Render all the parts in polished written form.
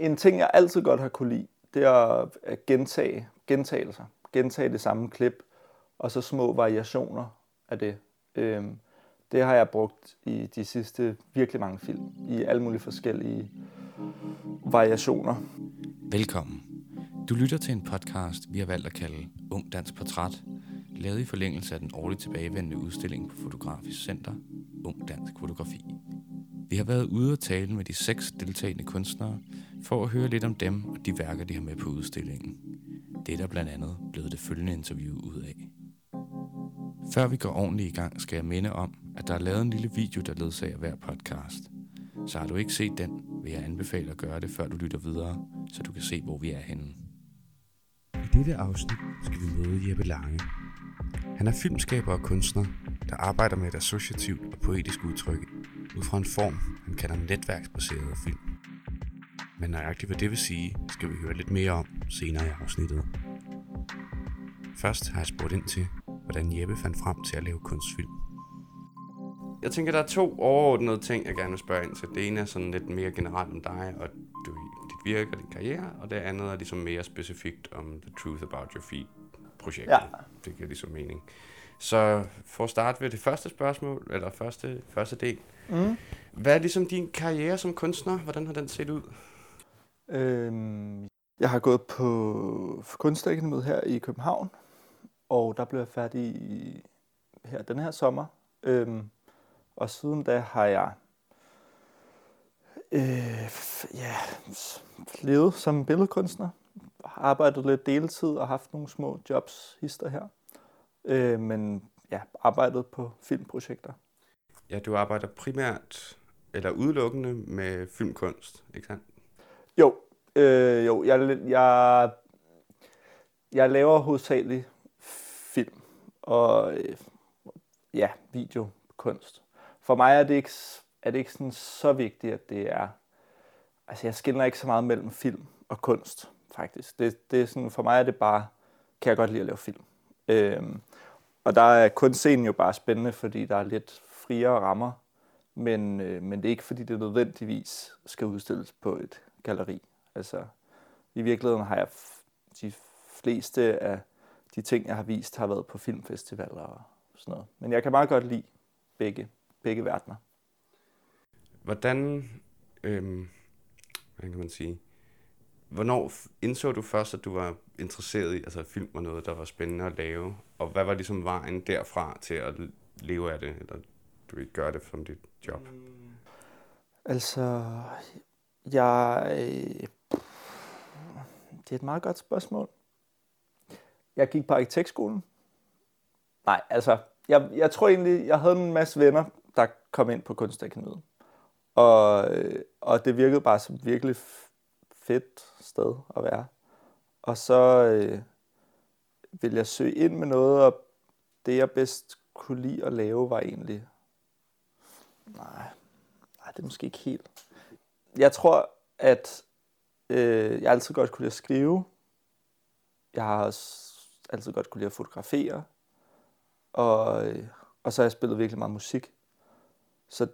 En ting, jeg altid godt har kunne lide, det er at gentagelser. Gentage det samme klip, og så små variationer af det. Det har jeg brugt i de sidste virkelig mange film, i alle mulige forskellige variationer. Velkommen. Du lytter til en podcast, vi har valgt at kalde Ung Dansk Portræt, lavet i forlængelse af den årligt tilbagevendende udstilling på Fotografisk Center, Ung Dansk Fotografi. Vi har været ude og tale med de 6 deltagende kunstnere, for at høre lidt om dem og de værker, de har med på udstillingen. Det er der blandt andet blevet det følgende interview ud af. Før vi går ordentligt i gang, skal jeg minde om, at der er lavet en lille video, der ledsager hver podcast. Så har du ikke set den, vil jeg anbefale at gøre det, før du lytter videre, så du kan se, hvor vi er henne. I dette afsnit skal vi møde Jeppe Lange. Han er filmskaber og kunstner, der arbejder med et associativt og poetisk udtryk, ud fra en form, han kalder netværksbaseret film. Men nøjagtigt hvad det vil sige, skal vi høre lidt mere om senere i afsnittet. Først har jeg spurgt ind til, hvordan Jeppe fandt frem til at lave kunstfilm. Jeg tænker, der er 2 overordnede ting, jeg gerne vil spørge ind til. Det ene er sådan lidt mere generelt om dig og dit virke og din karriere, og det andet er ligesom mere specifikt om The Truth About Your Feet-projektet. Ja. Det giver ligesom mening. Så for at starte ved det første spørgsmål, eller første del. Hvad er ligesom din karriere som kunstner? Hvordan har den set ud? Jeg har gået på Kunstakademiet her i København, og der blev jeg færdig her den her sommer. Og siden da har jeg levet som billedkunstner, arbejdet lidt deltid og haft nogle små jobs hister her. Men ja, arbejdet på filmprojekter. Ja, du arbejder primært eller udelukkende med filmkunst, ikke sandt? Jo, jeg laver hovedsageligt film og videokunst. For mig er det ikke sådan så vigtigt, at det er. Altså, jeg skelner ikke så meget mellem film og kunst, faktisk. Det er sådan, for mig er det bare, kan jeg godt lide at lave film. Og der er kunstscenen jo bare spændende, fordi der er lidt friere rammer, men det er ikke fordi, det nødvendigvis skal udstilles på et galleri. Altså, i virkeligheden har jeg de fleste af de ting, jeg har vist, har været på filmfestivaler og sådan noget. Men jeg kan meget godt lide begge verdener. Hvordan, hvad kan man sige, hvornår indså du først, at du var interesseret i, altså film var noget, der var spændende at lave, og hvad var ligesom vejen derfra til at leve af det, eller du ikke gøre det som dit job? Altså, det er et meget godt spørgsmål. Jeg gik på arkitektskolen. Nej, altså, jeg tror egentlig, jeg havde en masse venner, der kom ind på Kunstakademiet. Og det virkede bare som virkelig fedt sted at være. Og så ville jeg søge ind med noget, og det jeg bedst kunne lide at lave var egentlig. Nej, det er måske ikke helt. Jeg tror, at jeg altid godt kunne lide at skrive. Jeg har også altid godt kunne lide at fotografere. Og så har jeg spillet virkelig meget musik. Så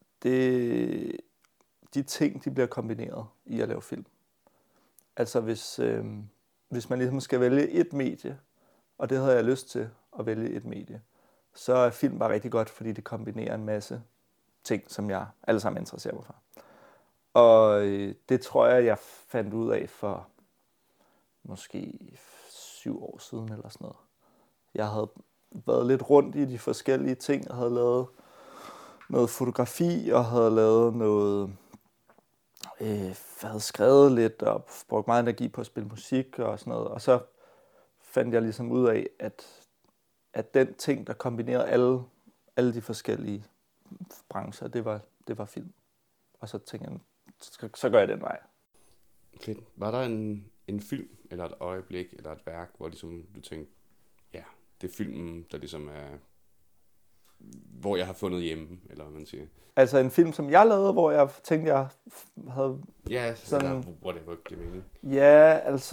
de ting, de bliver kombineret i at lave film. Altså hvis man ligesom skal vælge et medie, og det havde jeg lyst til at vælge et medie, så er film bare rigtig godt, fordi det kombinerer en masse ting, som jeg alle sammen interesserer mig for. Og det tror jeg fandt ud af for måske 7 år siden eller sådan noget. Jeg havde været lidt rundt i de forskellige ting. Jeg havde lavet noget fotografi og havde lavet noget. Jeg havde skrevet lidt og brugt meget energi på at spille musik og sådan noget. Og så fandt jeg ligesom ud af, at den ting, der kombinerede alle de forskellige brancher, det var film. Og så tænkte jeg, så gør jeg den vej. Fedt. Var der en film, eller et øjeblik, eller et værk, hvor ligesom du tænkte, ja, det er filmen, der ligesom er, hvor jeg har fundet hjemme, eller hvad man siger? Altså en film, som jeg lavede, hvor jeg tænkte, jeg havde. Ja, sådan, eller whatever, det mening. Ja, altså,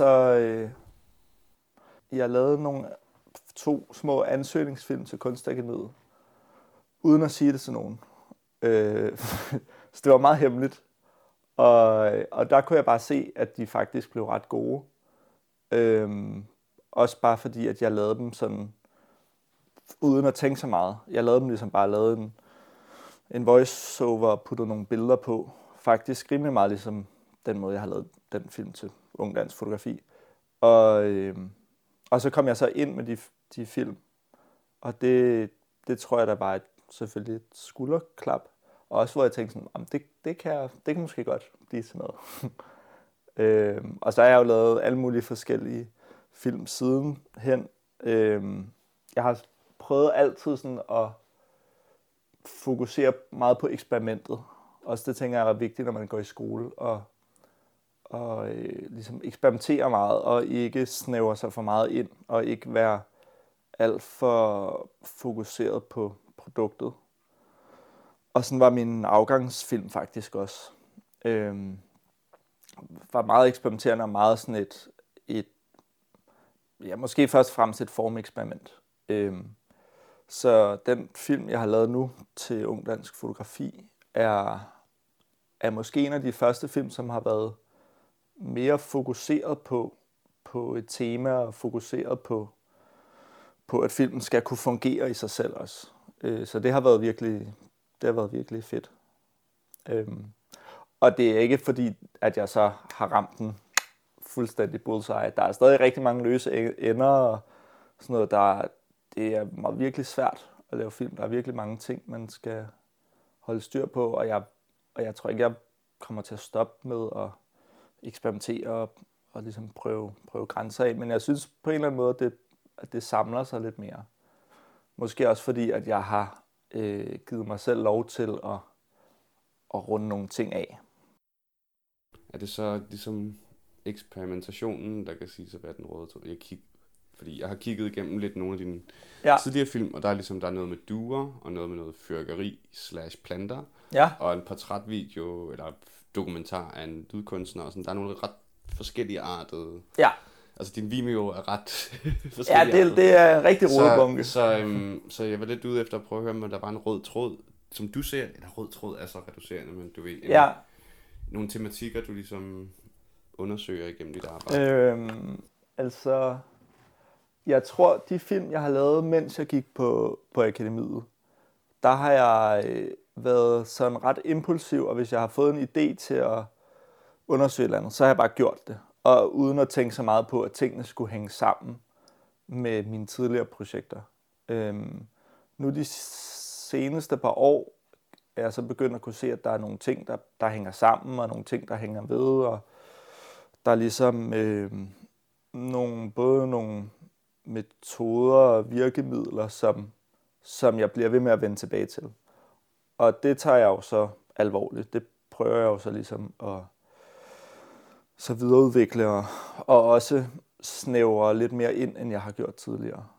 jeg lavede 2 små ansøgningsfilm til Kunstakademiet, uden at sige det til nogen. Så det var meget hemmeligt. Og der kunne jeg bare se, at de faktisk blev ret gode. Også bare fordi, at jeg lavede dem sådan, uden at tænke så meget. Jeg lavede dem ligesom bare lavet en voice-over og puttede nogle billeder på. Faktisk rimelig meget ligesom den måde, jeg har lavet den film til Ung Dansk Fotografi. Og så kom jeg så ind med de film. Og det tror jeg, der var selvfølgelig et skulderklap. Og også hvor jeg tænkte sådan, det kan måske godt blive til noget. Og så har jeg jo lavet alle mulige forskellige film siden hen. Jeg har prøvet altid sådan at fokusere meget på eksperimentet. Også det tænker jeg er vigtigt, når man går i skole og ligesom eksperimentere meget og ikke snævre sig for meget ind og ikke være alt for fokuseret på produktet. Og sådan var min afgangsfilm faktisk også. Var meget eksperimenterende og meget sådan måske først og fremmest et formeksperiment. Så den film, jeg har lavet nu til Ung Dansk Fotografi, er måske en af de første film, som har været mere fokuseret på et tema og fokuseret på at filmen skal kunne fungere i sig selv også. Så det har været virkelig fedt. Og det er ikke fordi, at jeg så har ramt den fuldstændig bullseye. Der er stadig rigtig mange løse ender og sådan noget. Det er virkelig svært at lave film. Der er virkelig mange ting, man skal holde styr på, og jeg tror ikke, jeg kommer til at stoppe med at eksperimentere og ligesom prøve grænser af. Men jeg synes på en eller anden måde, at det samler sig lidt mere. Måske også fordi, at jeg har givet mig selv lov til at runde nogle ting af. Er det så ligesom eksperimentationen, der kan sige at være den røde tråd? Fordi jeg har kigget igennem lidt nogle af dine tidligere film, og der er noget med duer, og noget med noget fyrkeri / planter, og en portrætvideo eller dokumentar af en lydkunstner, og sådan. Der er nogle ret forskellige artede. Ja. Altså din Vimeo er ret forskellige. Ja, det er en rigtig rodebunke. Så jeg var lidt ude efter at prøve at høre, om der var en rød tråd, som du ser, eller rød tråd er så reducerende, men du ved, nogle tematikker, du ligesom undersøger igennem dit arbejde. Altså, jeg tror, de film, jeg har lavet, mens jeg gik på akademiet, der har jeg været sådan ret impulsiv, og hvis jeg har fået en idé til at undersøge et eller andet, så har jeg bare gjort det. Og uden at tænke så meget på, at tingene skulle hænge sammen med mine tidligere projekter. Nu de seneste par år er jeg så begyndt at kunne se, at der er nogle ting, der hænger sammen, og nogle ting, der hænger ved, og der er ligesom både nogle metoder og virkemidler, som jeg bliver ved med at vende tilbage til. Og det tager jeg jo så alvorligt. Det prøver jeg jo så ligesom at så videreudvikle og også snævre lidt mere ind, end jeg har gjort tidligere.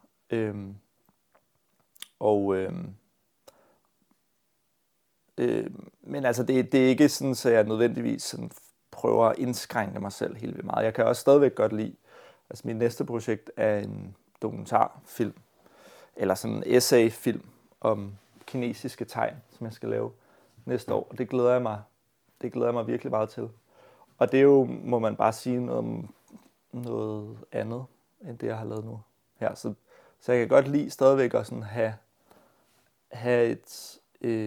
Men altså, det er ikke sådan, at jeg nødvendigvis sådan prøver at indskrænke mig selv helt vildt meget. Jeg kan også stadigvæk godt lide, altså mit næste projekt er en dokumentarfilm, eller sådan en essayfilm om kinesiske tegn, som jeg skal lave næste år. Og det glæder jeg mig virkelig meget til. Og det er jo, må man bare sige, noget andet, end det, jeg har lavet nu her. Så jeg kan godt lide stadigvæk at sådan have et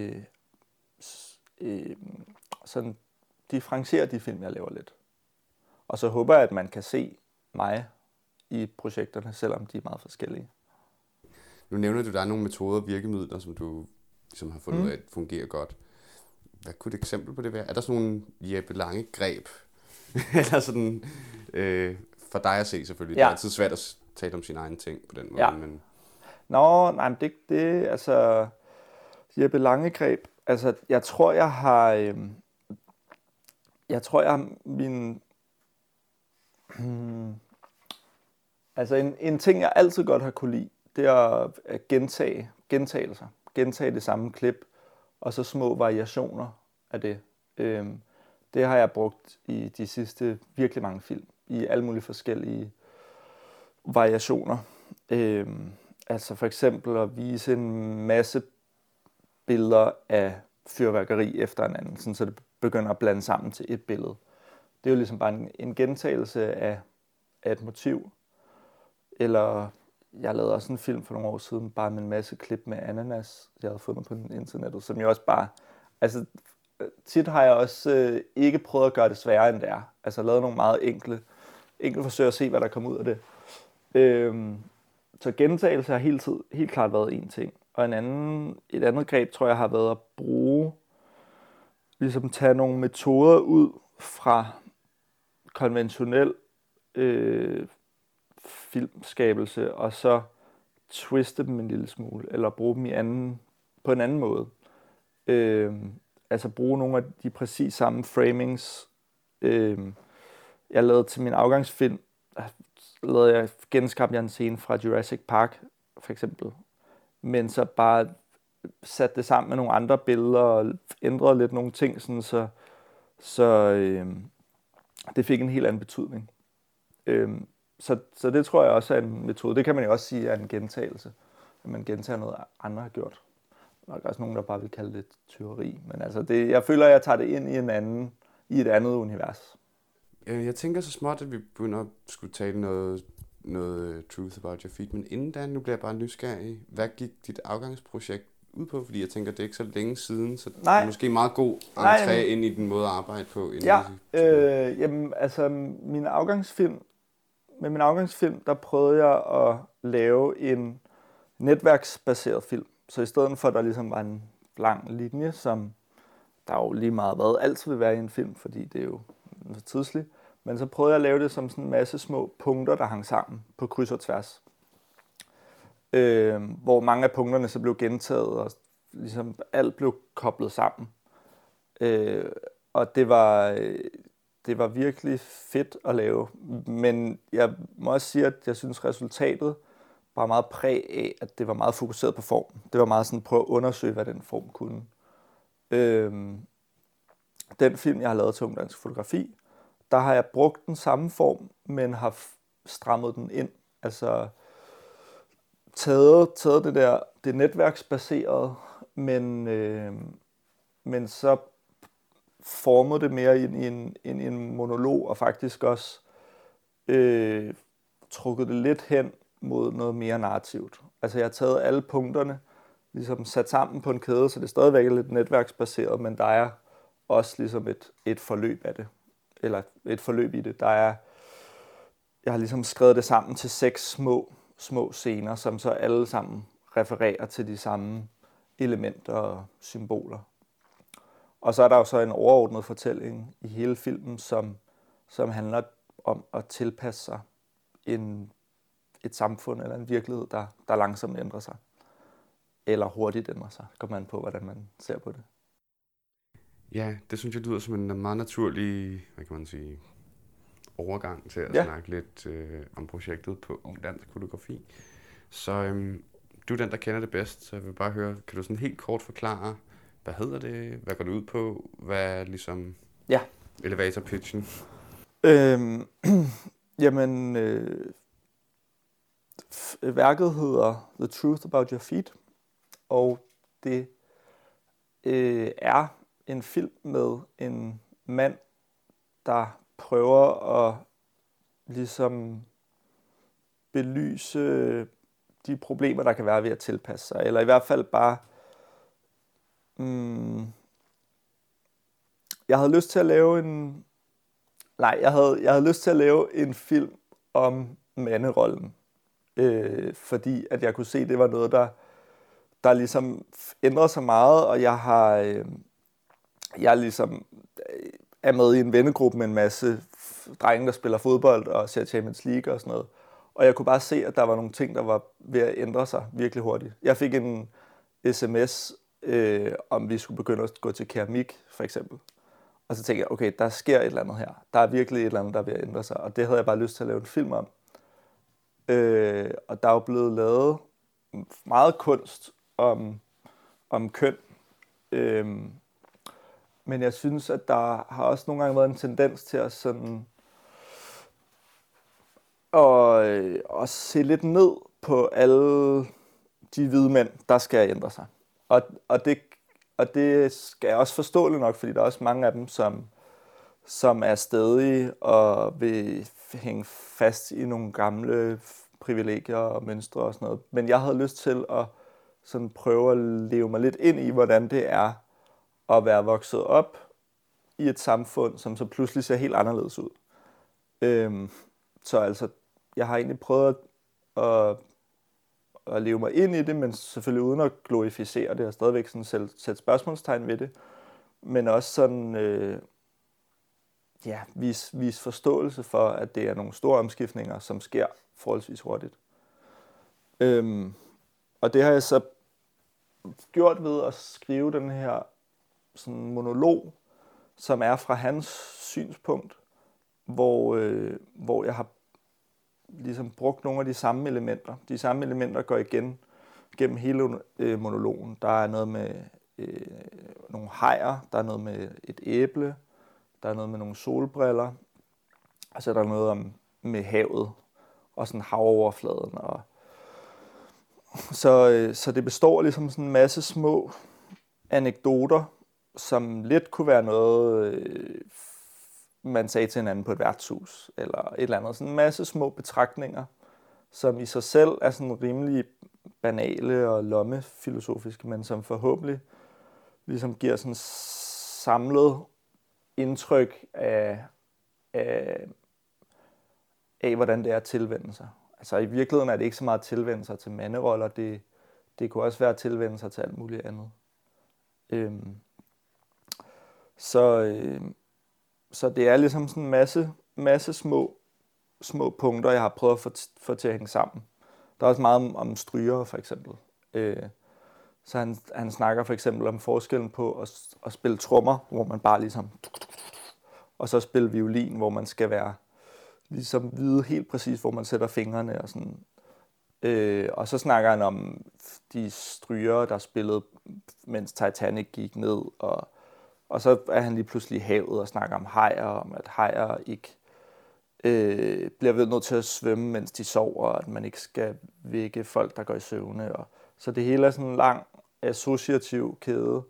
sådan differentiere de film, jeg laver lidt. Og så håber jeg, at man kan se mig i projekterne, selvom de er meget forskellige. Nu nævner du, at der er nogle metoder og virkemidler, som du ligesom har fundet ud af, at fungerer godt. Hvad kunne et eksempel på det være? Er der sådan nogle Jeppe Lange greb? Eller sådan, for dig at se selvfølgelig. Det er altid svært at tale om sine egne ting på den måde. Men... Nej, men det altså Jeppe Lange greb. Altså, jeg tror, jeg har min... Altså, en ting, jeg altid godt har kunne lide, det er at gentagelser. Gentage det samme klip, og så små variationer af det. Det har jeg brugt i de sidste virkelig mange film, i alle mulige forskellige variationer. Altså for eksempel at vise en masse billeder af fyrværkeri efter hinanden, sådan, så det begynder at blande sammen til et billede. Det er jo ligesom bare en gentagelse af et motiv. Eller jeg lavede også en film for nogle år siden, bare med en masse klip med ananas, jeg havde fundet på internettet, som jeg også bare... Altså, tit har jeg også ikke prøvet at gøre det sværere, end det er. Altså, lavet nogle meget enkle forsøg at se, hvad der kommer ud af det. Så gentagelse har helt klart været en ting. Og et andet greb, tror jeg, har været at bruge, ligesom tage nogle metoder ud fra konventionel filmskabelse, og så twiste dem en lille smule, eller bruge dem på en anden måde. Altså bruge nogle af de præcis samme framings. Jeg lavede til min afgangsfilm, genskabte jeg en scene fra Jurassic Park, for eksempel. Men så bare satte det sammen med nogle andre billeder, og ændrede lidt nogle ting, sådan så det fik en helt anden betydning. Så det tror jeg også er en metode. Det kan man jo også sige er en gentagelse. At man gentager noget, andre har gjort. Der er også nogen, der bare vil kalde det tyveri. Men altså, jeg føler, at jeg tager det ind i et andet univers. Jeg tænker så småt, at vi begynder at skulle tale noget Truth About Your Feet. Men inden da, nu bliver jeg bare nysgerrig. Hvad gik dit afgangsprojekt ud på? Fordi jeg tænker, det er ikke så længe siden, så det er måske meget god entré ind i den måde at arbejde på. Jamen, altså, med min afgangsfilm, der prøvede jeg at lave en netværksbaseret film. Så i stedet for, at der ligesom var en lang linje, som der jo lige meget hvad altid vil være i en film, fordi det er jo så tidsligt. Men så prøvede jeg at lave det som sådan en masse små punkter, der hang sammen på kryds og tværs. Hvor mange af punkterne så blev gentaget, og ligesom alt blev koblet sammen. Og det var virkelig fedt at lave. Men jeg må også sige, at jeg synes, resultatet var meget præg af, at det var meget fokuseret på form. Det var meget sådan at prøve at undersøge, hvad den form kunne. Den film, jeg har lavet til Ung Dansk Fotografi, der har jeg brugt den samme form, men har strammet den ind. Altså taget det netværksbaserede, men så formet det mere ind i en monolog, og faktisk også trukket det lidt hen mod noget mere narrativt. Altså jeg har taget alle punkterne, ligesom sat sammen på en kæde, så det er stadigvæk lidt netværksbaseret, men der er også ligesom et forløb af det, eller et forløb i det. Jeg har ligesom skrevet det sammen til 6 små scener, som så alle sammen refererer til de samme elementer og symboler. Og så er der jo så en overordnet fortælling i hele filmen, som handler om at tilpasse sig et samfund eller en virkelighed, der langsomt ændrer sig. Eller hurtigt ændrer sig. Kommer man på, hvordan man ser på det. Ja, det synes jeg lyder som en meget naturlig, hvad kan man sige, overgang til at snakke lidt om projektet på Ung Dansk Fotografi. Så du er den, der kender det bedst, så jeg vil bare høre, kan du sådan helt kort forklare, hvad hedder det, hvad går det ud på, hvad er ligesom elevator-pitchen? Værket hedder The Truth About Your Feet, og det er en film med en mand, der prøver at ligesom belyse de problemer, der kan være ved at tilpasse sig, eller i hvert fald bare jeg havde lyst til at lave en film om manderollen, fordi at jeg kunne se, at det var noget, der ligesom ændrede sig meget, og jeg ligesom er med i en vennegruppe med en masse drenge, der spiller fodbold og ser Champions League og sådan noget. Og jeg kunne bare se, at der var nogle ting, der var ved at ændre sig virkelig hurtigt. Jeg fik en sms, om vi skulle begynde at gå til keramik, for eksempel. Og så tænkte jeg, okay, der sker et eller andet her. Der er virkelig et eller andet, der er ved at ændre sig. Og det havde jeg bare lyst til at lave en film om. Og der er jo blevet lavet meget kunst om køn. Men jeg synes, at der har også nogle gange været en tendens til at sådan og se lidt ned på alle de hvide mænd, der skal ændre sig. Og det og det skal jeg også forståeligt nok, fordi der er også mange af dem, som er stædige og vil hænge fast i nogle gamle privilegier og mønstre og sådan noget. Men jeg havde lyst til at sådan prøve at leve mig lidt ind i, hvordan det er at være vokset op i et samfund, som så pludselig ser helt anderledes ud. Så altså, jeg har egentlig prøvet at leve mig ind i det, men selvfølgelig uden at glorificere det, og stadigvæk sådan sætte spørgsmålstegn ved det, men også sådan vis forståelse for, at det er nogle store omskiftninger, som sker forholdsvis hurtigt. Og det har jeg så gjort ved at skrive den her sådan monolog, som er fra hans synspunkt, hvor jeg har ligesom brugt nogle af de samme elementer. De samme elementer går igen gennem hele monologen. Der er noget med nogle hajer, der er noget med et æble, der er noget med nogle solbriller, og så er der noget med havet og sådan havoverfladen. Og så det består ligesom sådan en masse små anekdoter, som lidt kunne være noget, man sagde til hinanden på et værtshus, eller et eller andet. Sådan en masse små betragtninger, som i sig selv er sådan rimelig banale og lommefilosofiske, men som forhåbentlig ligesom giver sådan samlet indtryk af, hvordan det er at tilvende sig. Altså i virkeligheden er det ikke så meget at tilvende sig til manderoller, det kunne også være at tilvende sig til alt muligt andet. Så det er ligesom sådan en masse små punkter, jeg har prøvet at få til at hænge sammen. Der er også meget om stryger, for eksempel. Så han snakker for eksempel om forskellen på at spille trommer, hvor man bare ligesom... Og så spille violin, hvor man skal være ligesom vide helt præcis, hvor man sætter fingrene og sådan. Og så snakker han om de stryger, der spillede, mens Titanic gik ned, og så er han lige pludselig i havet og snakker om hajer, om at hajer ikke bliver nødt til at svømme, mens de sover, og at man ikke skal vække folk, der går i søvne. Så det hele er sådan en lang associativ kæde,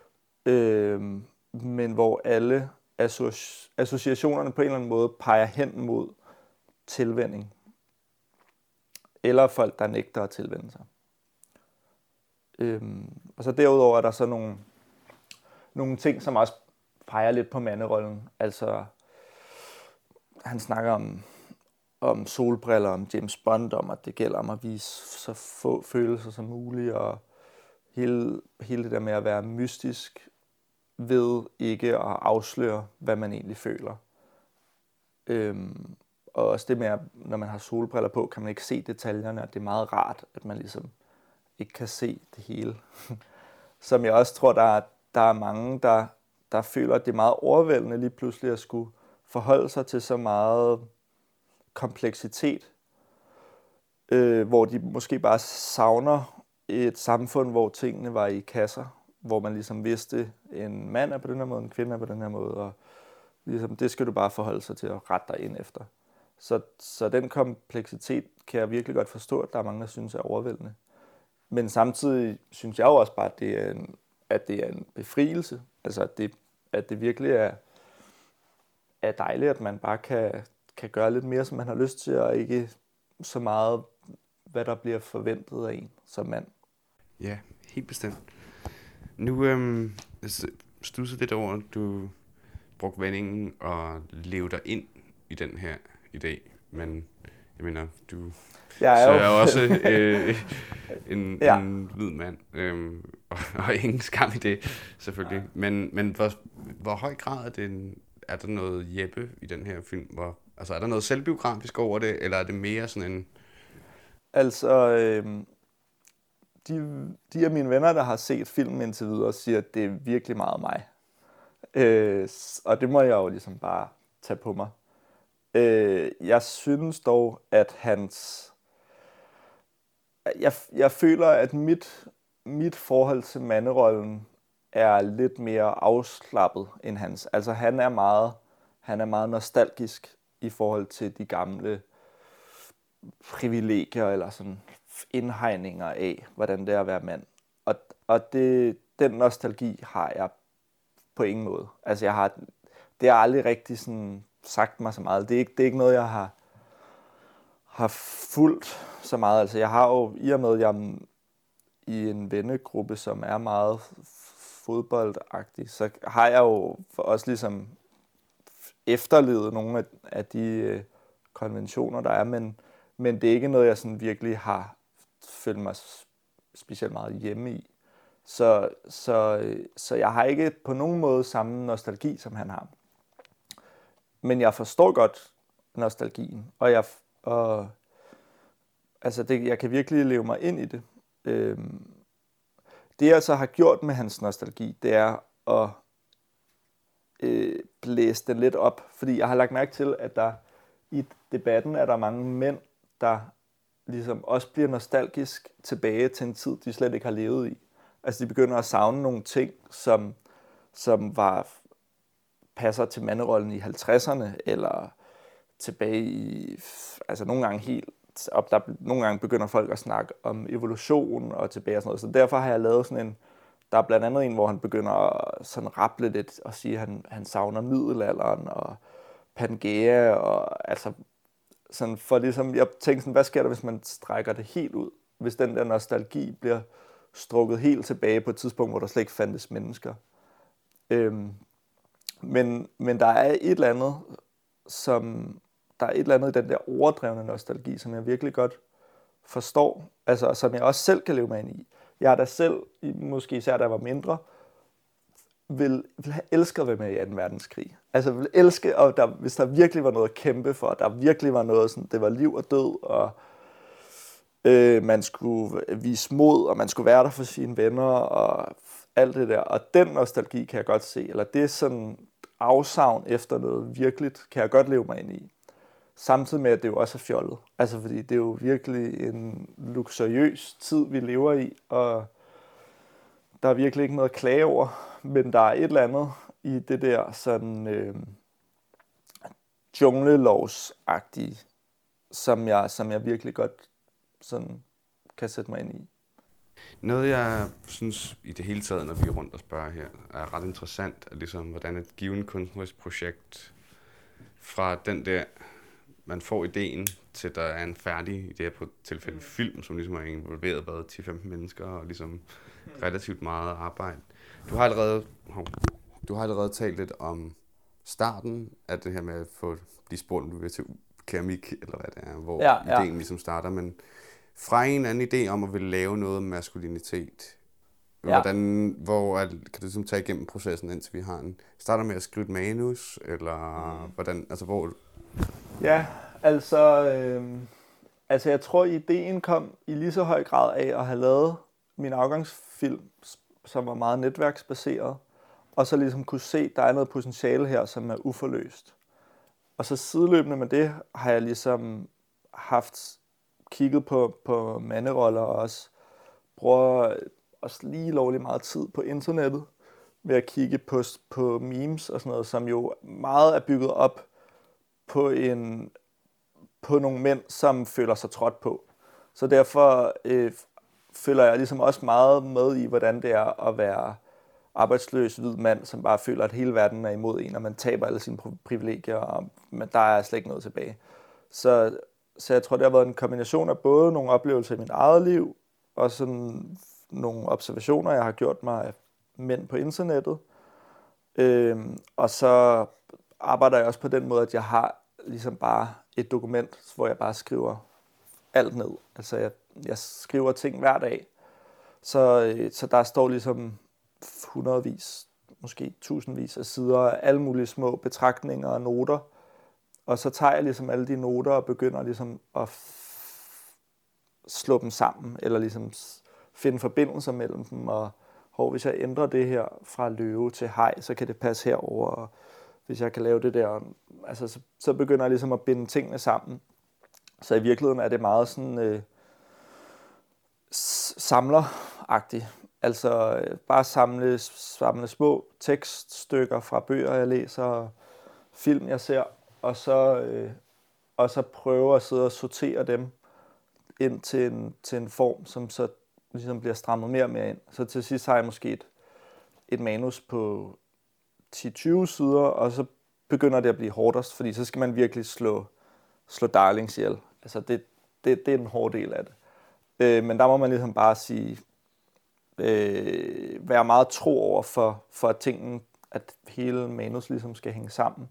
men hvor alle associationerne på en eller anden måde peger hen mod tilvænning. Eller folk, der nægter at tilvænne sig. Og så derudover er der så nogle ting, som også peger lidt på manderollen. Altså, han snakker om solbriller, om James Bond, om at det gælder om at vise så få følelser som muligt, og hele det der med at være mystisk ved ikke at afsløre, hvad man egentlig føler. Og også det med, at når man har solbriller på, kan man ikke se detaljerne, og det er meget rart, at man ligesom ikke kan se det hele. Som jeg også tror, der er mange, der føler, at det er meget overvældende lige pludselig at skulle forholde sig til så meget kompleksitet, hvor de måske bare savner et samfund, hvor tingene var i kasser, hvor man ligesom vidste, en mand er på den her måde, en kvinde er på den her måde, og ligesom, det skal du bare forholde sig til at rette dig ind efter. Så den kompleksitet kan jeg virkelig godt forstå, at der er mange, der synes er overvældende. Men samtidig synes jeg jo også bare, at det er en befrielse. Altså, at det virkelig er dejligt, at man bare kan gøre lidt mere, som man har lyst til, og ikke så meget, hvad der bliver forventet af en som mand. Ja, helt bestemt. Nu studsede lidt over, at du brugte vendingen og levede dig ind i den her i dag. Men jeg mener, du er jo også en hvid mand, og ingen skam i det, selvfølgelig. Men hvor høj grad er der noget Jeppe i den her film? Altså, er der noget selvbiografisk over det, eller er det mere sådan en... Altså, de af mine venner, der har set filmen indtil videre, siger, at det er virkelig meget mig. Og det må jeg jo ligesom bare tage på mig. Jeg synes dog, at jeg føler, at mit forhold til manderollen er lidt mere afslappet end hans. Altså han er meget nostalgisk i forhold til de gamle privilegier eller sådan indhegninger af, hvordan det er at være mand. Og det den nostalgi har jeg på ingen måde. Altså det har aldrig rigtig sådan sagt mig så meget. Det er ikke noget, jeg har fulgt så meget. Altså jeg har jo, i og med, at jeg er i en vennegruppe, som er meget fodboldagtig, så har jeg jo også ligesom efterlevet nogle af de konventioner, der er, men det er ikke noget, jeg sådan virkelig har følt mig specielt meget hjemme i. Så jeg har ikke på nogen måde samme nostalgi, som han har. Men jeg forstår godt nostalgien, og jeg kan virkelig leve mig ind i det. Det jeg så har gjort med hans nostalgi, det er at blæse den lidt op, fordi jeg har lagt mærke til, at der i debatten er der mange mænd, der ligesom også bliver nostalgisk tilbage til en tid, de slet ikke har levet i. Altså de begynder at savne nogle ting, som passer til manderollen i 50'erne, eller tilbage i, altså nogle gange helt op, nogle gange begynder folk at snakke om evolution og tilbage og sådan noget. Så derfor har jeg lavet sådan en, der er blandt andet en, hvor han begynder at sådan rappe lidt og sige, at han savner middelalderen og Pangea, og altså sådan for ligesom, jeg tænkte sådan, hvad sker der, hvis man strækker det helt ud? Hvis den der nostalgi bliver strukket helt tilbage på et tidspunkt, hvor der slet ikke fandtes mennesker. Men der er et eller andet i den der overdrevne nostalgi, som jeg virkelig godt forstår, altså som jeg også selv kan leve mig ind i. Jeg er da selv, måske især da jeg var mindre, vil have elsket at være med i 2. verdenskrig. Altså vil elske, og hvis der virkelig var noget at kæmpe for, der virkelig var noget sådan, det var liv og død, og man skulle vise mod, og man skulle være der for sine venner, og alt det der. Og den nostalgi kan jeg godt se, eller det er sådan afsavn efter noget virkeligt, kan jeg godt leve mig ind i. Samtidig med, at det jo også er fjollet. Altså fordi det er jo virkelig en luksuriøs tid, vi lever i, og der er virkelig ikke noget at klage over, men der er et eller andet i det der sådan junglelovsagtige, som jeg virkelig godt sådan kan sætte mig ind i. Noget, jeg synes i det hele taget, når vi er rundt og spørger her, er ret interessant, at ligesom, hvordan et givet kunstnerisk projekt fra den der, man får ideen, til der er en færdig, i det her på tilfælde film, som ligesom har involveret bare 10-15 mennesker, og ligesom relativt meget arbejde. Du har allerede talt lidt om starten af det her med at blive spurgt, om du vil til keramik, eller hvad det er, hvor ideen ligesom starter, men fra en anden idé om at ville lave noget maskulinitet, kan du ligesom tage igennem processen, indtil vi har starter med at skrive et manus, eller hvordan, altså hvor? Ja, altså jeg tror, ideen kom i lige så høj grad af at have lavet min afgangsfilm, som var meget netværksbaseret, og så ligesom kunne se, at der er noget potentiale her, som er uforløst. Og så sideløbende med det har jeg ligesom kigget på manderoller, og også bruger også lige lovlig meget tid på internettet ved at kigge på memes og sådan noget, som jo meget er bygget op på nogle mænd, som føler sig trådt på. Så derfor føler jeg ligesom også meget med i, hvordan det er at være arbejdsløs hvid mand, som bare føler, at hele verden er imod en, og man taber alle sine privilegier, og der er slet ikke noget tilbage. Så jeg tror, det har været en kombination af både nogle oplevelser i mit eget liv, og sådan nogle observationer, jeg har gjort mig af mænd på internettet. Og så arbejder jeg også på den måde, at jeg har ligesom bare et dokument, hvor jeg bare skriver alt ned. Altså jeg skriver ting hver dag. Så der står ligesom hundredvis, måske tusindvis af sider af alle mulige små betragtninger og noter. Og så tager jeg ligesom alle de noter og begynder ligesom at slå dem sammen, eller ligesom finde forbindelser mellem dem. Og hvis jeg ændrer det her fra løve til haj, så kan det passe herover. Og hvis jeg kan lave det der, altså så begynder jeg ligesom at binde tingene sammen. Så i virkeligheden er det meget sådan samleragtigt. Altså bare samle små tekststykker fra bøger, jeg læser, film, jeg ser, og så prøve at sidde og sortere dem ind til en form, som så ligesom bliver strammet mere og mere ind. Så til sidst har jeg måske et manus på 10-20 sider, og så begynder det at blive hårdest, fordi så skal man virkelig slå darlings ihjel. Altså det er den hårde del af det. Men der må man ligesom bare sige, være meget tro over for at tingene, at hele manus ligesom skal hænge sammen.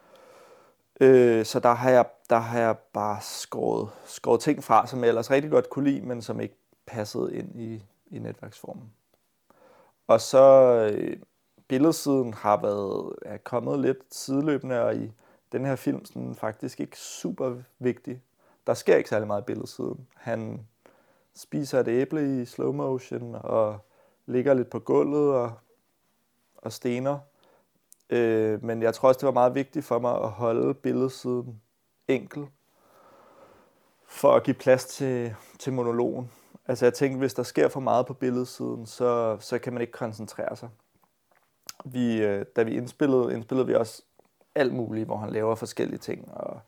Så der har jeg bare skåret ting fra, som jeg ellers rigtig godt kunne lide, men som ikke passede ind i netværksformen. Og så billedsiden er kommet lidt sideløbende, og i den her film sådan faktisk ikke super vigtig. Der sker ikke særlig meget i billedsiden. Han spiser et æble i slow motion og ligger lidt på gulvet og stener. Men jeg tror også, det var meget vigtigt for mig at holde billedsiden enkel, for at give plads til monologen. Altså jeg tænkte, hvis der sker for meget på billedsiden, så kan man ikke koncentrere sig. Da vi indspillede vi også alt muligt, hvor han laver forskellige ting. Og,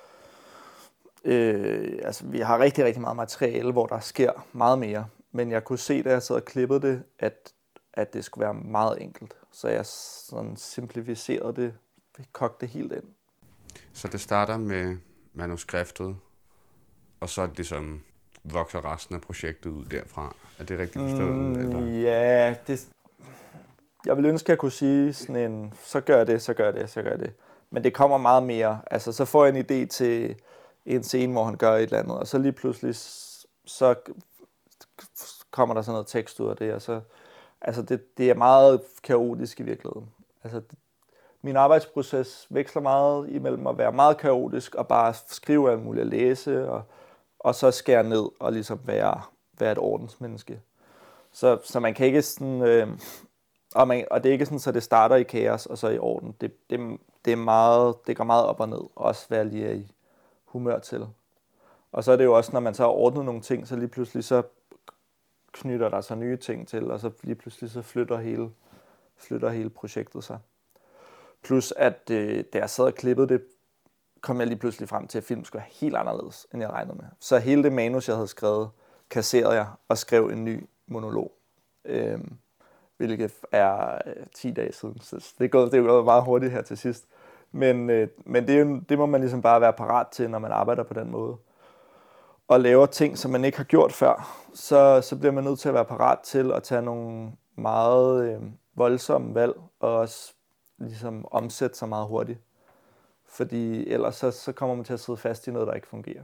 altså vi har rigtig, rigtig meget materiale, hvor der sker meget mere. Men jeg kunne se, da jeg sad og klippede det, at det skulle være meget enkelt. Så jeg sådan simplificerede det, kogte det helt ind. Så det starter med manuskriptet, og så er det ligesom vokser resten af projektet ud derfra. Er det rigtigt forstået? Eller? Ja, jeg vil ønske, at jeg kunne sige sådan en, så gør det. Men det kommer meget mere. Altså, så får jeg en idé til en scene, hvor han gør et eller andet, og så lige pludselig, så kommer der sådan noget tekst ud af det, og så, altså det er meget kaotisk i virkeligheden. Altså, min arbejdsproces veksler meget imellem at være meget kaotisk, og bare skrive alt muligt at læse, og så skære ned, og ligesom være et ordensmenneske. Så man kan ikke sådan, og det er ikke sådan, så det starter i kaos, og så i orden. Det går meget op og ned, også hvad jeg lige er i humør til. Og så er det jo også, når man så har ordnet nogle ting, så lige pludselig så knytter der sig nye ting til, og så lige pludselig så flytter hele projektet sig. Plus at da jeg sad og klippede det, kom jeg lige pludselig frem til, at film skulle være helt anderledes, end jeg regnede med. Så hele det manus, jeg havde skrevet, kasserede jeg og skrev en ny monolog. Hvilket er 10 dage siden, så det er gået meget hurtigt her til sidst. Men det må man ligesom bare være parat til, når man arbejder på den måde. Og laver ting, som man ikke har gjort før, så bliver man nødt til at være parat til at tage nogle meget voldsomme valg, og også ligesom omsætte sig meget hurtigt. Fordi ellers så kommer man til at sidde fast i noget, der ikke fungerer.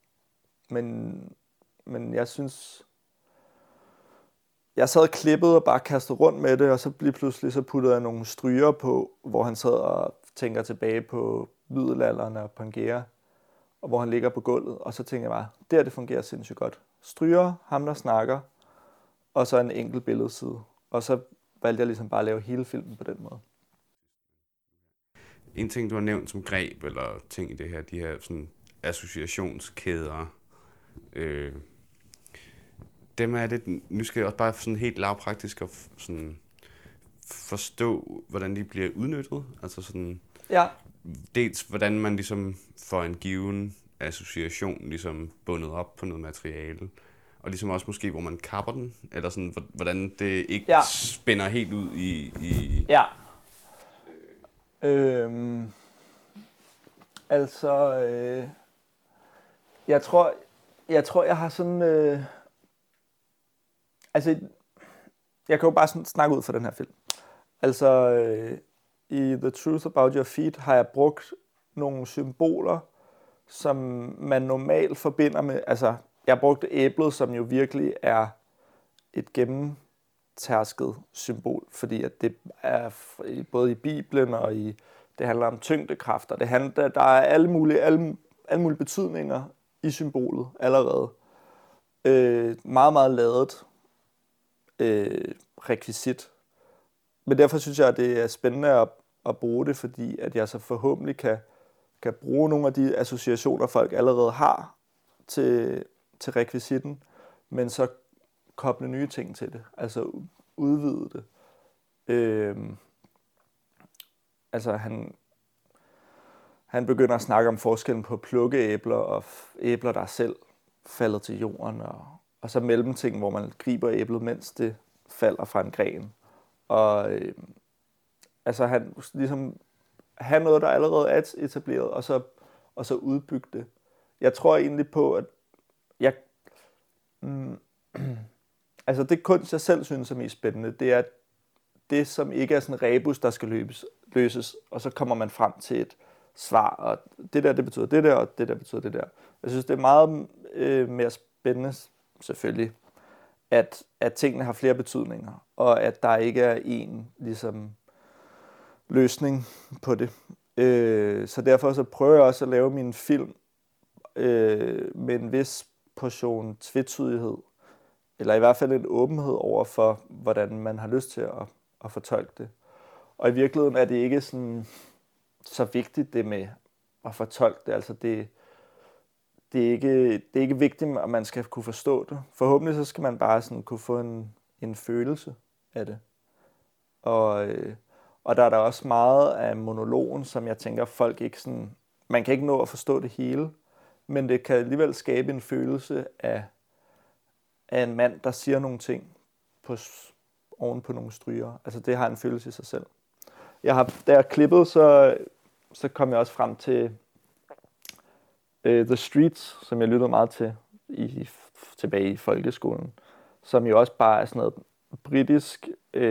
Men jeg synes, jeg sad klippet og bare kastede rundt med det, og så lige pludselig så puttede jeg nogle stryger på, hvor han sad og tænker tilbage på middelalderen og Pangea, og hvor han ligger på gulvet, og så tænker jeg bare, det fungerer sindssygt godt. Stryger, ham der snakker, og så en enkelt billedside. Og så valgte jeg ligesom bare at lave hele filmen på den måde. En ting, du har nævnt som greb, eller ting i det her, de her sådan associationskæder, dem er lidt, nu skal jeg også bare sådan helt lavpraktisk og sådan forstå, hvordan de bliver udnyttet. Altså sådan, ja. Dels hvordan man ligesom får en given association ligesom bundet op på noget materiale, og ligesom også måske, hvor man kapper den, eller sådan, hvordan det ikke spænder helt ud i... Ja. Jeg tror, jeg har sådan... jeg kan jo bare sådan snakke ud for den her film. I The Truth About Your Feet har jeg brugt nogle symboler, som man normalt forbinder med... Altså, jeg har brugt æblet, som jo virkelig er et gennemtærsket symbol, fordi at det er både i Bibelen og det handler om tyngdekrafter. Der er alle mulige betydninger i symbolet allerede. Meget, meget ladet rekvisit. Men derfor synes jeg, at det er spændende at bruge det, fordi at jeg så forhåbentlig kan bruge nogle af de associationer, folk allerede har til rekvisitten, men så koble nye ting til det, altså udvide det. Han begynder at snakke om forskellen på plukkeæbler og æbler, der er selv faldet til jorden, og så mellemting, hvor man griber æblet, mens det falder fra en gren. og altså han ligesom have noget, der allerede er etableret, og så udbygge det. Jeg tror egentlig på, at altså det kunst, jeg selv synes er mest spændende, det er det, som ikke er sådan en rebus, der skal løses, og så kommer man frem til et svar, og det der, det betyder det der, og det der betyder det der. Jeg synes, det er meget mere spændende, selvfølgelig, at tingene har flere betydninger, og at der ikke er én ligesom løsning på det. Så derfor så prøver jeg også at lave min film med en vis portion tvetydighed, eller i hvert fald en åbenhed over for, hvordan man har lyst til at fortolke det. Og i virkeligheden er det ikke sådan så vigtigt det med at fortolke det. Altså det er ikke vigtigt, at man skal kunne forstå det. Forhåbentlig så skal man bare sådan kunne få en følelse af det. Og der er der også meget af monologen, som jeg tænker, folk ikke sådan... Man kan ikke nå at forstå det hele, men det kan alligevel skabe en følelse af en mand, der siger nogle ting oven på nogle stryger. Altså det har en følelse i sig selv. Da jeg klippede, så kom jeg også frem til The Streets, som jeg lyttede meget til tilbage i folkeskolen, som jo også bare er sådan noget britisk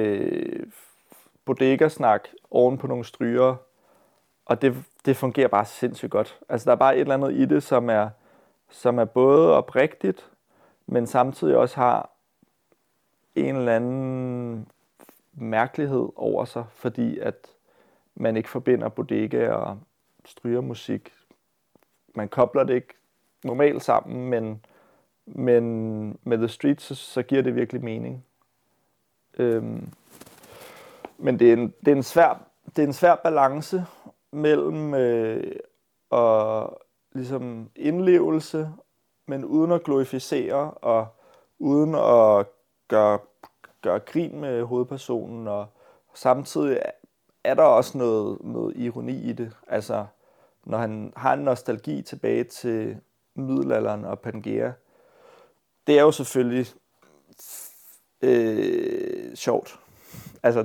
bodega-snak oven på nogle stryger, og det fungerer bare sindssygt godt. Altså der er bare et eller andet i det, som er både oprigtigt, men samtidig også har en eller anden mærkelighed over sig, fordi at man ikke forbinder bodega og strygermusik. Man kobler det ikke normalt sammen, men med The Streets, så giver det virkelig mening. Men det er en svær balance mellem og ligesom indlevelse, men uden at glorificere og uden at gøre grin med hovedpersonen, og samtidig er der også noget ironi i det. Altså når han har en nostalgi tilbage til middelalderen og Pangea, det er jo selvfølgelig sjovt. Altså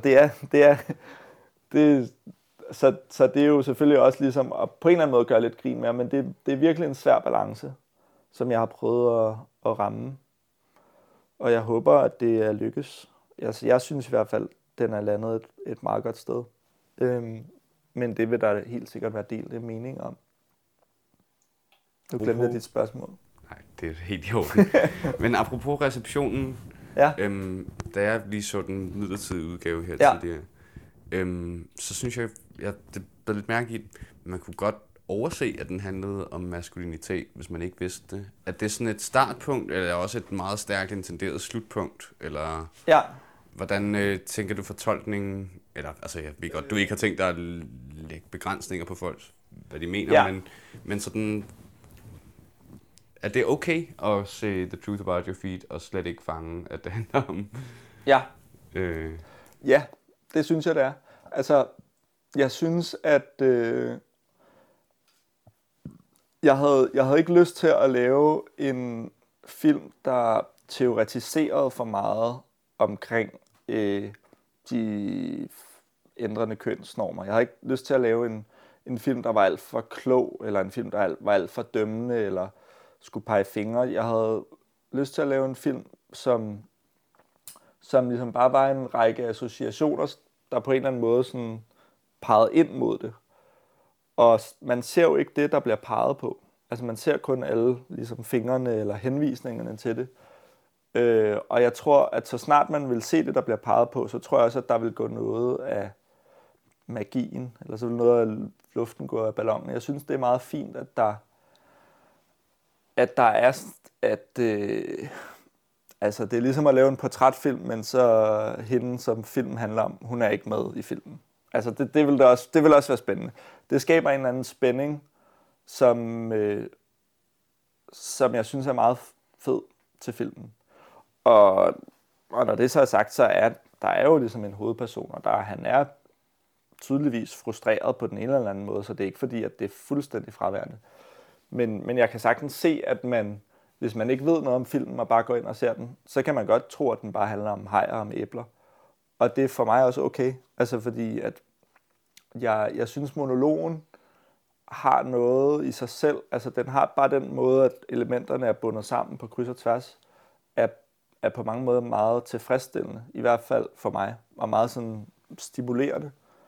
så det er jo selvfølgelig også ligesom at på en eller anden måde gøre lidt grin med, men det er virkelig en svær balance, som jeg har prøvet at ramme. Og jeg håber, at det er lykkes. Altså, jeg synes i hvert fald, den er landet et meget godt sted. Men det vil der helt sikkert være delt mening om. Nu glemte jeg dit spørgsmål. Nej, det er helt i orden. Men apropos receptionen, ja. Da jeg lige så den midlertidige udgave her tidligere, så synes jeg det blev lidt mærkeligt, at man kunne godt overse, at den handlede om maskulinitet, hvis man ikke vidste det. Er det sådan et startpunkt, eller også et meget stærkt intenderet slutpunkt? Eller hvordan tænker du fortolkningen? Eller, altså, jeg ved godt, du ikke har tænkt dig at lægge begrænsninger på folk, hvad de mener, men sådan... Er det okay at se The Truth About Your Feet og slet ikke fange, at det handler om... Ja. Ja, det synes jeg, det er. Altså, jeg synes, at... Jeg havde ikke lyst til at lave en film, der teoretiserede for meget omkring de ændrende kønsnormer. Jeg havde ikke lyst til at lave en film, der var alt for klog, eller en film, der var alt for dømmende, eller skulle pege fingre. Jeg havde lyst til at lave en film, som ligesom bare var en række associationer, der på en eller anden måde sådan pegede ind mod det. Og man ser jo ikke det, der bliver peget på. Altså man ser kun alle ligesom fingrene eller henvisningerne til det. Og jeg tror, at så snart man vil se det, der bliver peget på, så tror jeg også, at der vil gå noget af magien, eller så vil noget af luften gå af ballonen. Jeg synes, det er meget fint, at der er, altså det er ligesom at lave en portrætfilm, men så hende, som filmen handler om, hun er ikke med i filmen. Altså det vil også være spændende. Det skaber en eller anden spænding, som jeg synes er meget fed til filmen. Og når det så er sagt, så er der jo ligesom en hovedperson, og han er tydeligvis frustreret på den ene eller anden måde, så det er ikke fordi, at det er fuldstændig fraværende. Men jeg kan sagtens se, at hvis man ikke ved noget om filmen og bare går ind og ser den, så kan man godt tro, at den bare handler om hajer og om æbler. Og det er for mig også okay, altså fordi at jeg synes monologen har noget i sig selv, altså den har bare den måde, at elementerne er bundet sammen på kryds og tværs, er på mange måder meget tilfredsstillende, i hvert fald for mig, og meget sådan stimulerende.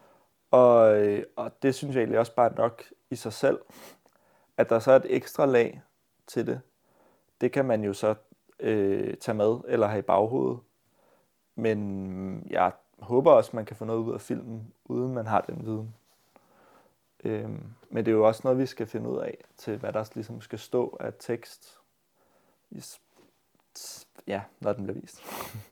Og det synes jeg egentlig også bare er nok i sig selv, at der så er et ekstra lag til det. Det kan man jo så tage med eller have i baghovedet. Men jeg håber også, man kan få noget ud af filmen, uden man har den viden. Men det er jo også noget, vi skal finde ud af, til hvad der ligesom skal stå af tekst, når den bliver vist.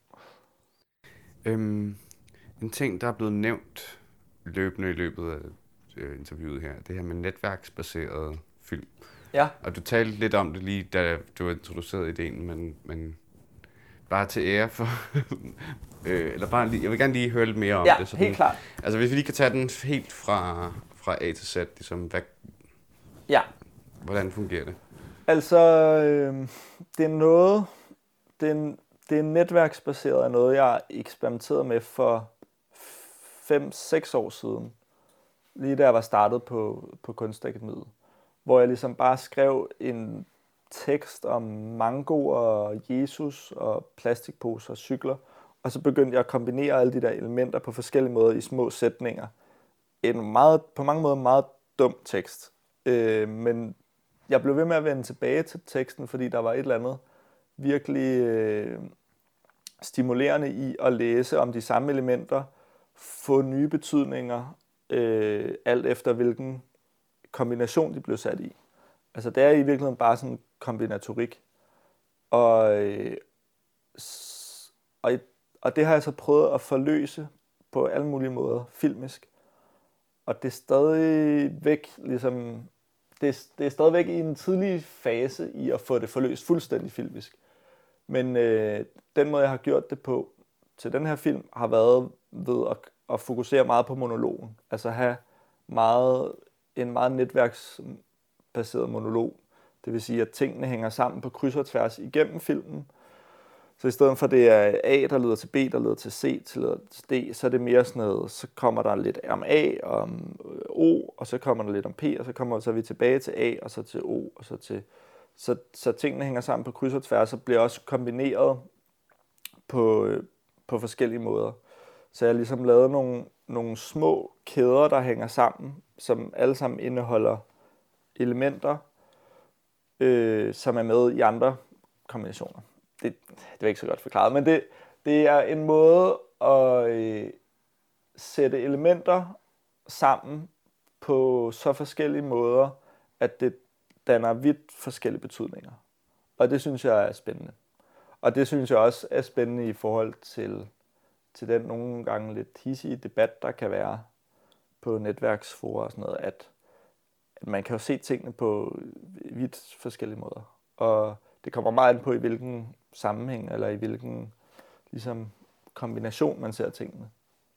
En ting, der er blevet nævnt løbende i løbet af interviewet her, det her med netværksbaseret film. Ja. Og du talte lidt om det lige, da du introducerede ideen, men bare til ære for... eller bare lige, jeg vil gerne lige høre lidt mere om det. Ja, helt klart. Altså hvis vi lige kan tage den helt fra A til Z, ligesom, hvordan fungerer det? Altså, det er noget... Det er netværksbaseret af noget, jeg eksperimenterede med for 5-6 år siden. Lige da jeg var startet på Kunstakademiet. Hvor jeg ligesom bare skrev en tekst om mango og Jesus og plastikposer og cykler. Og så begyndte jeg at kombinere alle de der elementer på forskellige måder i små sætninger. På mange måder meget dum tekst. Men jeg blev ved med at vende tilbage til teksten, fordi der var et eller andet virkelig stimulerende i at læse om de samme elementer, få nye betydninger, alt efter hvilken kombination de blev sat i. Altså det er i virkeligheden bare sådan en kombinatorik. Og det har jeg så prøvet at forløse på alle mulige måder, filmisk. Og det er stadigvæk ligesom, det er stadigvæk i en tidlig fase i at få det forløst fuldstændig filmisk. Men den måde, jeg har gjort det på til den her film, har været ved at fokusere meget på monologen. Altså have en meget netværksbaseret monolog. Det vil sige, at tingene hænger sammen på kryds og tværs igennem filmen. Så i stedet for det er A, der leder til B, der leder til C, til leder til D, så er det mere sådan noget, så kommer der lidt om A og om O, og så kommer der lidt om P, og så er vi tilbage til A, og så til O, og så til... Så tingene hænger sammen på kryds og tværs, og bliver også kombineret på forskellige måder. Så jeg har ligesom lavet nogle små kæder, der hænger sammen, som alle sammen indeholder elementer, som er med i andre kombinationer. Det er ikke så godt forklaret, men det er en måde at sætte elementer sammen på så forskellige måder, at det danner vidt forskellige betydninger. Og det synes jeg er spændende. Og det synes jeg også er spændende i forhold til den nogle gange lidt hissige debat, der kan være på netværksfora og sådan noget, at man kan jo se tingene på vidt forskellige måder. Og det kommer meget an på, i hvilken sammenhæng eller i hvilken ligesom, kombination man ser tingene.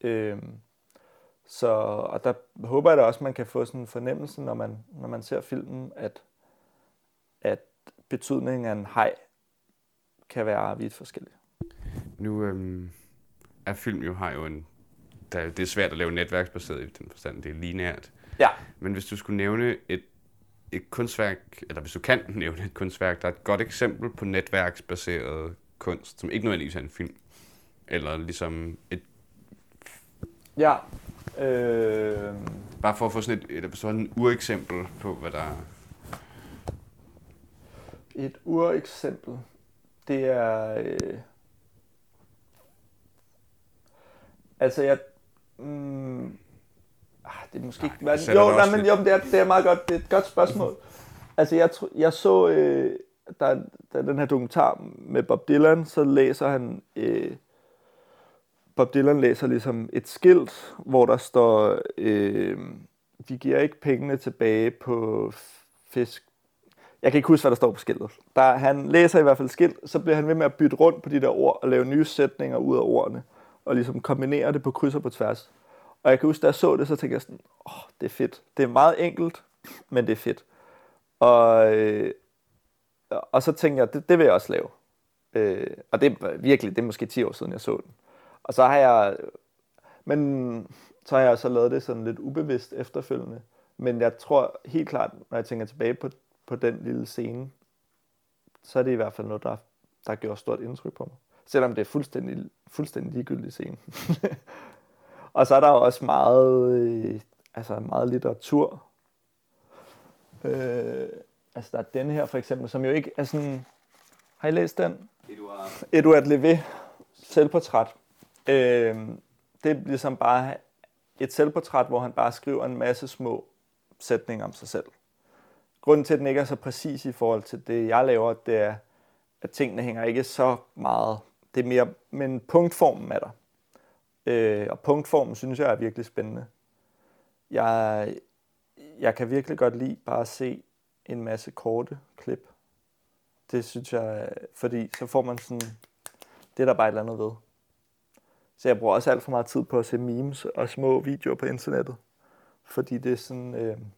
Og der håber jeg da også, man kan få sådan en fornemmelse, når man ser filmen, at betydningen af en haj kan være vidt forskellig. Nu er film jo det er svært at lave netværksbaseret i den forstand, det er lineært. Ja. Men hvis du skulle nævne et kunstværk, eller hvis du kan nævne et kunstværk, der er et godt eksempel på netværksbaseret kunst, som ikke nødvendigvis er en film, eller ligesom et... Ja. Bare for at få sådan et ureksempel på, hvad der er. Et ureksempel, det er... det er måske ikke... Det er meget godt. Det er et godt spørgsmål. Altså, jeg så... Da den her dokumentar med Bob Dylan, så læser han... Bob Dylan læser ligesom et skilt, hvor der står... vi giver ikke pengene tilbage på fisk. Jeg kan ikke huske, hvad der står på skiltet. Han læser i hvert fald skilt, så bliver han ved med at bytte rundt på de der ord og lave nye sætninger ud af ordene. Og ligesom kombinere det på kryds og på tværs. Og jeg kan huske, da jeg så det, så tænkte jeg sådan, det er fedt. Det er meget enkelt, men det er fedt. Og så tænkte jeg, det vil jeg også lave. Og det er virkelig, det er måske 10 år siden, jeg så den. Og så har jeg... Men så har jeg så lavet det sådan lidt ubevidst efterfølgende. Men jeg tror helt klart, når jeg tænker tilbage på den lille scene, så er det i hvert fald noget, der gjorde stort indtryk på mig. Selvom det er fuldstændig ligegyldig scene. Og så er der jo også meget litteratur. Altså der er den her for eksempel, som jo ikke er sådan... Har I læst den? Edouard Levé, selvportræt. Det er ligesom bare et selvportræt, hvor han bare skriver en masse små sætninger om sig selv. Grunden til, at den ikke er så præcis i forhold til det, jeg laver, det er, at tingene hænger ikke så meget. Det er mere, men punktformen er der. Og punktformen synes jeg er virkelig spændende. Jeg kan virkelig godt lide bare at se en masse korte klip. Det synes jeg, fordi så får man sådan, det er der bare et eller andet ved. Så jeg bruger også alt for meget tid på at se memes og små videoer på internettet. Fordi det er sådan,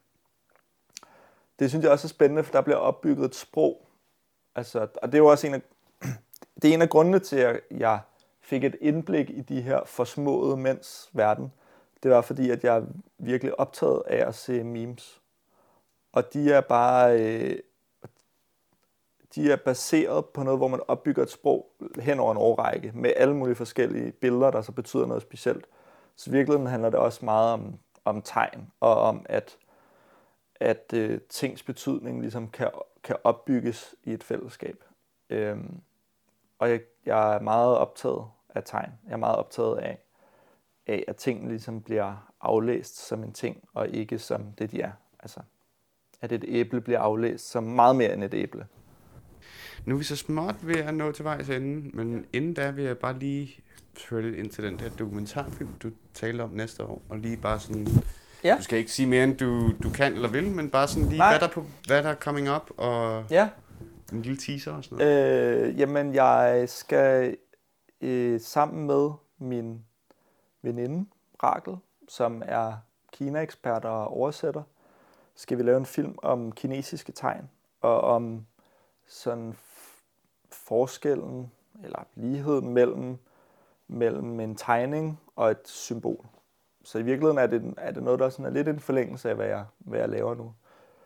det synes jeg også er spændende, for der bliver opbygget et sprog. Altså, og det er jo også en af grundene til, at jeg fik et indblik i de her forsmåede mænds verden. Det var fordi, at jeg er virkelig optaget af at se memes. Og de er bare... de er baseret på noget, hvor man opbygger et sprog hen over en årrække, med alle mulige forskellige billeder, der så betyder noget specielt. Så i virkeligheden handler det også meget om tegn, og om, at tings betydning ligesom kan opbygges i et fællesskab. Og jeg er meget optaget af tegn. Jeg er meget optaget af, at tingene ligesom bliver aflæst som en ting, og ikke som det, de er. Altså, at et æble bliver aflæst som meget mere end et æble. Nu er vi så småt ved at nå til vejs ende, men inden da vil jeg bare lige høre lidt ind til den der dokumentarfilm, du taler om næste år, og lige bare sådan, ja. Du skal ikke sige mere, end du kan eller vil, men bare sådan lige, hvad der er coming up, og ja. En lille teaser og sådan noget. Jamen, jeg skal sammen med min veninde, Rakel, som er Kina-ekspert og oversætter, skal vi lave en film om kinesiske tegn, og om sådan forskellen eller ligheden mellem en tegning og et symbol. Så i virkeligheden er det noget, der sådan er lidt en forlængelse af, hvad jeg laver nu.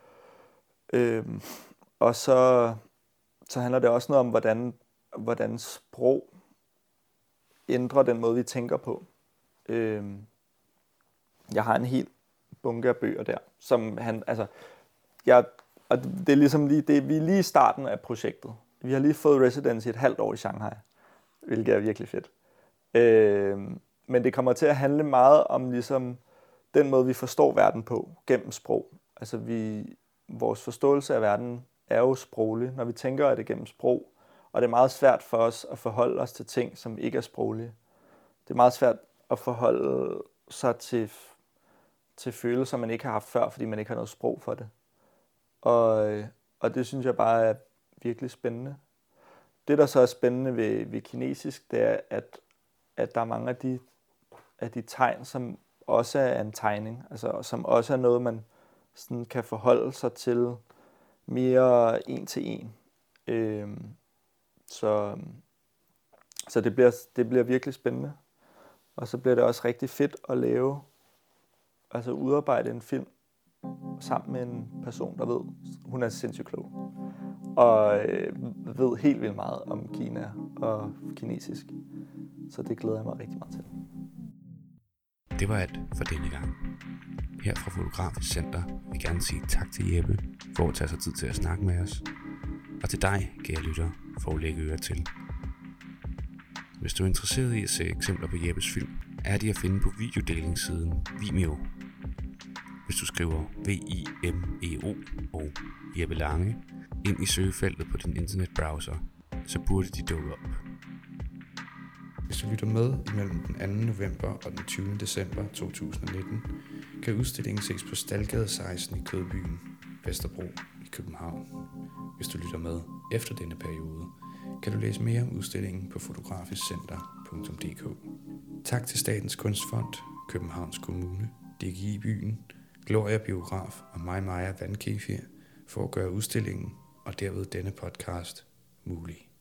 Og så handler det også noget om, hvordan sprog ændrer den måde, vi tænker på. Jeg har en hel bunke af bøger der, som og det er ligesom vi er lige i starten af projektet. Vi har lige fået residence i et halvt år i Shanghai, hvilket er virkelig fedt. Men det kommer til at handle meget om ligesom den måde, vi forstår verden på gennem sprog. Altså vores forståelse af verden er jo sproglig, når vi tænker af det gennem sprog. Og det er meget svært for os at forholde os til ting, som ikke er sproglige. Det er meget svært at forholde sig til følelser, man ikke har haft før, fordi man ikke har noget sprog for det. Og det synes jeg bare er virkelig spændende. Det, der så er spændende ved kinesisk, det er, at der er mange af de tegn, som også er en tegning, altså som også er noget, man sådan kan forholde sig til mere en til en. Så det bliver virkelig spændende. Og så bliver det også rigtig fedt at udarbejde en film sammen med en person, der ved, hun er sindssygt klog. Og ved helt vildt meget om Kina og kinesisk. Så det glæder jeg mig rigtig meget til. Det var alt for denne gang. Her fra Fotografisk Center vil jeg gerne sige tak til Jeppe for at tage sig tid til at snakke med os. Og til dig, kære lytter, for at lægge øre til. Hvis du er interesseret i at se eksempler på Jeppes film, er de at finde på videodelingssiden Vimeo. Hvis du skriver VIMEO og Jeppe Lange ind i søgefeltet på din internetbrowser, så burde de dukke op. Hvis du lytter med imellem den 2. november og den 20. december 2019, kan udstillingen ses på Stalgade 16 i Kødbyen, Vesterbro i København. Hvis du lytter med efter denne periode, kan du læse mere om udstillingen på fotografiskcenter.dk. Tak til Statens Kunstfond, Københavns Kommune, DGI Byen, Gloria Biograf og mig, Maja Vandkefir, for at gøre udstillingen og derved denne podcast mulig.